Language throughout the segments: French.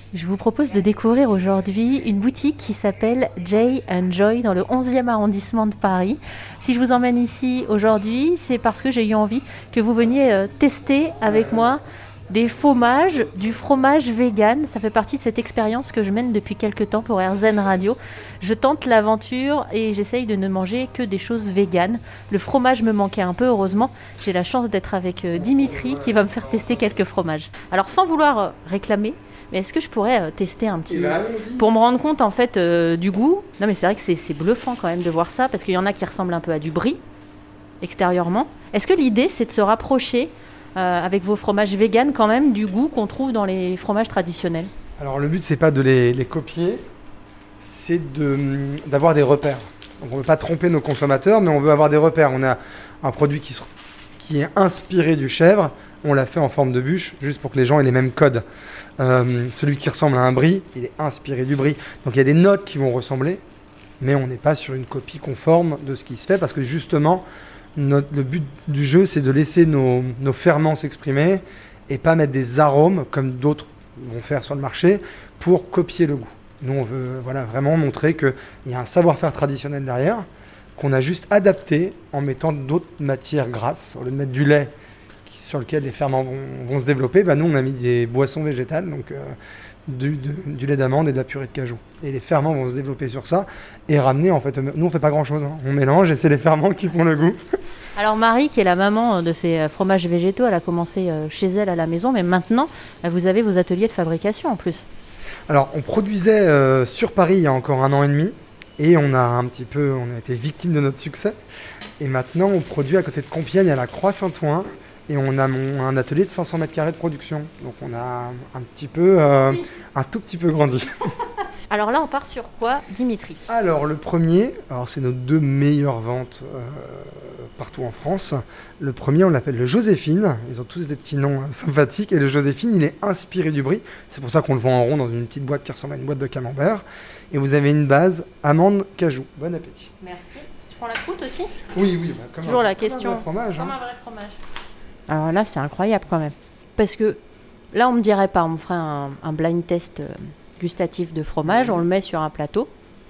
Je vous propose de découvrir aujourd'hui une boutique qui s'appelle Jay & Joy dans le 11e arrondissement de Paris. Si je vous emmène ici aujourd'hui, c'est parce que j'ai eu envie que vous veniez tester avec moi des fromages, du fromage vegan. Ça fait partie de cette expérience que je mène depuis quelques temps pour RZN Radio. Je tente l'aventure et j'essaye de ne manger que des choses véganes. Le fromage me manquait un peu, heureusement. J'ai la chance d'être avec Dimitri qui va me faire tester quelques fromages. Alors sans vouloir réclamer, mais est-ce que je pourrais tester un petit... Pour me rendre compte en fait du goût. Non mais c'est vrai que c'est bluffant quand même de voir ça, parce qu'il y en a qui ressemblent un peu à du brie, extérieurement. Est-ce que l'idée c'est de se rapprocher avec vos fromages véganes quand même du goût qu'on trouve dans les fromages traditionnels? Alors le but c'est pas de les copier, c'est d'avoir des repères. Donc on ne veut pas tromper nos consommateurs, mais on veut avoir des repères. On a un produit qui est inspiré du chèvre, on l'a fait en forme de bûche, juste pour que les gens aient les mêmes codes. Celui qui ressemble à un brie, il est inspiré du brie. Donc il y a des notes qui vont ressembler, mais on n'est pas sur une copie conforme de ce qui se fait, parce que justement, le but du jeu, c'est de laisser nos ferments s'exprimer et pas mettre des arômes, comme d'autres vont faire sur le marché, pour copier le goût. Nous, on veut vraiment montrer qu'il y a un savoir-faire traditionnel derrière, qu'on a juste adapté en mettant d'autres matières grasses. Au lieu de mettre du lait sur lequel les ferments vont se développer, nous on a mis des boissons végétales, donc du lait d'amande et de la purée de cajou. Et les ferments vont se développer sur ça et ramener en fait... Nous on fait pas grand chose, on mélange et c'est les ferments qui font le goût. Alors Marie, qui est la maman de ces fromages végétaux, elle a commencé chez elle à la maison, mais maintenant vous avez vos ateliers de fabrication en plus. Alors on produisait sur Paris il y a encore 1 an et demi, et on a été victime de notre succès. Et maintenant on produit à côté de Compiègne, à la Croix-Saint-Ouen, et on a un atelier de 500 mètres carrés de production. Donc on a un tout petit peu grandi. Alors là, on part sur quoi, Dimitri? Alors le premier, c'est nos 2 meilleures ventes partout en France. Le premier, on l'appelle le Joséphine. Ils ont tous des petits noms sympathiques. Et le Joséphine, il est inspiré du brie. C'est pour ça qu'on le vend en rond dans une petite boîte qui ressemble à une boîte de camembert. Et vous avez une base amande cajou. Bon appétit. Merci. Tu prends la croûte aussi? Oui. Toujours la question. Comme un vrai fromage. Comme un vrai fromage. Alors là, c'est incroyable quand même. Parce que là, on me dirait pas, on me ferait un blind test gustatif de fromage, on le met sur un plateau.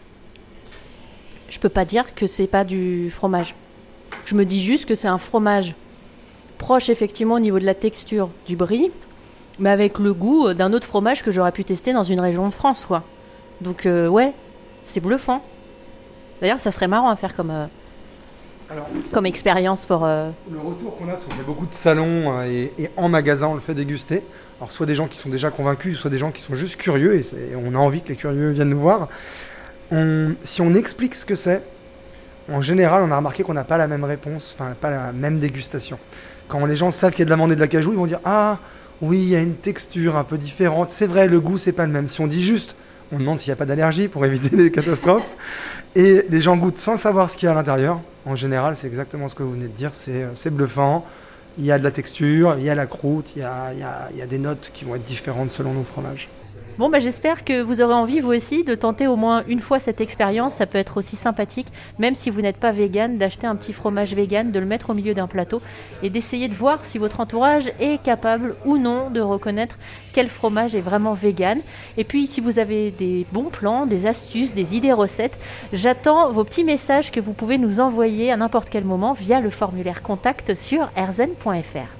Je peux pas dire que c'est pas du fromage. Je me dis juste que c'est un fromage proche effectivement au niveau de la texture du brie, mais avec le goût d'un autre fromage que j'aurais pu tester dans une région de France, quoi. Donc ouais, c'est bluffant. D'ailleurs, ça serait marrant à faire comme expérience pour... Le retour qu'on a, parce qu'on fait beaucoup de salons et en magasin, on le fait déguster. Alors soit des gens qui sont déjà convaincus, soit des gens qui sont juste curieux, et on a envie que les curieux viennent nous voir. Si on explique ce que c'est, en général, on a remarqué qu'on n'a pas la même réponse, enfin pas la même dégustation. Quand les gens savent qu'il y a de l'amande et de la cajou, ils vont dire « Ah, oui, il y a une texture un peu différente. C'est vrai, le goût, c'est pas le même. » Si on dit juste, on demande s'il n'y a pas d'allergie pour éviter des catastrophes. Et les gens goûtent sans savoir ce qu'il y a à l'intérieur. En général, c'est exactement ce que vous venez de dire. C'est bluffant. Il y a de la texture, il y a la croûte, il y a des notes qui vont être différentes selon nos fromages. Bon, j'espère que vous aurez envie, vous aussi, de tenter au moins une fois cette expérience. Ça peut être aussi sympathique, même si vous n'êtes pas vegan, d'acheter un petit fromage vegan, de le mettre au milieu d'un plateau et d'essayer de voir si votre entourage est capable ou non de reconnaître quel fromage est vraiment vegan. Et puis, si vous avez des bons plans, des astuces, des idées recettes, j'attends vos petits messages que vous pouvez nous envoyer à n'importe quel moment via le formulaire contact sur rzn.fr.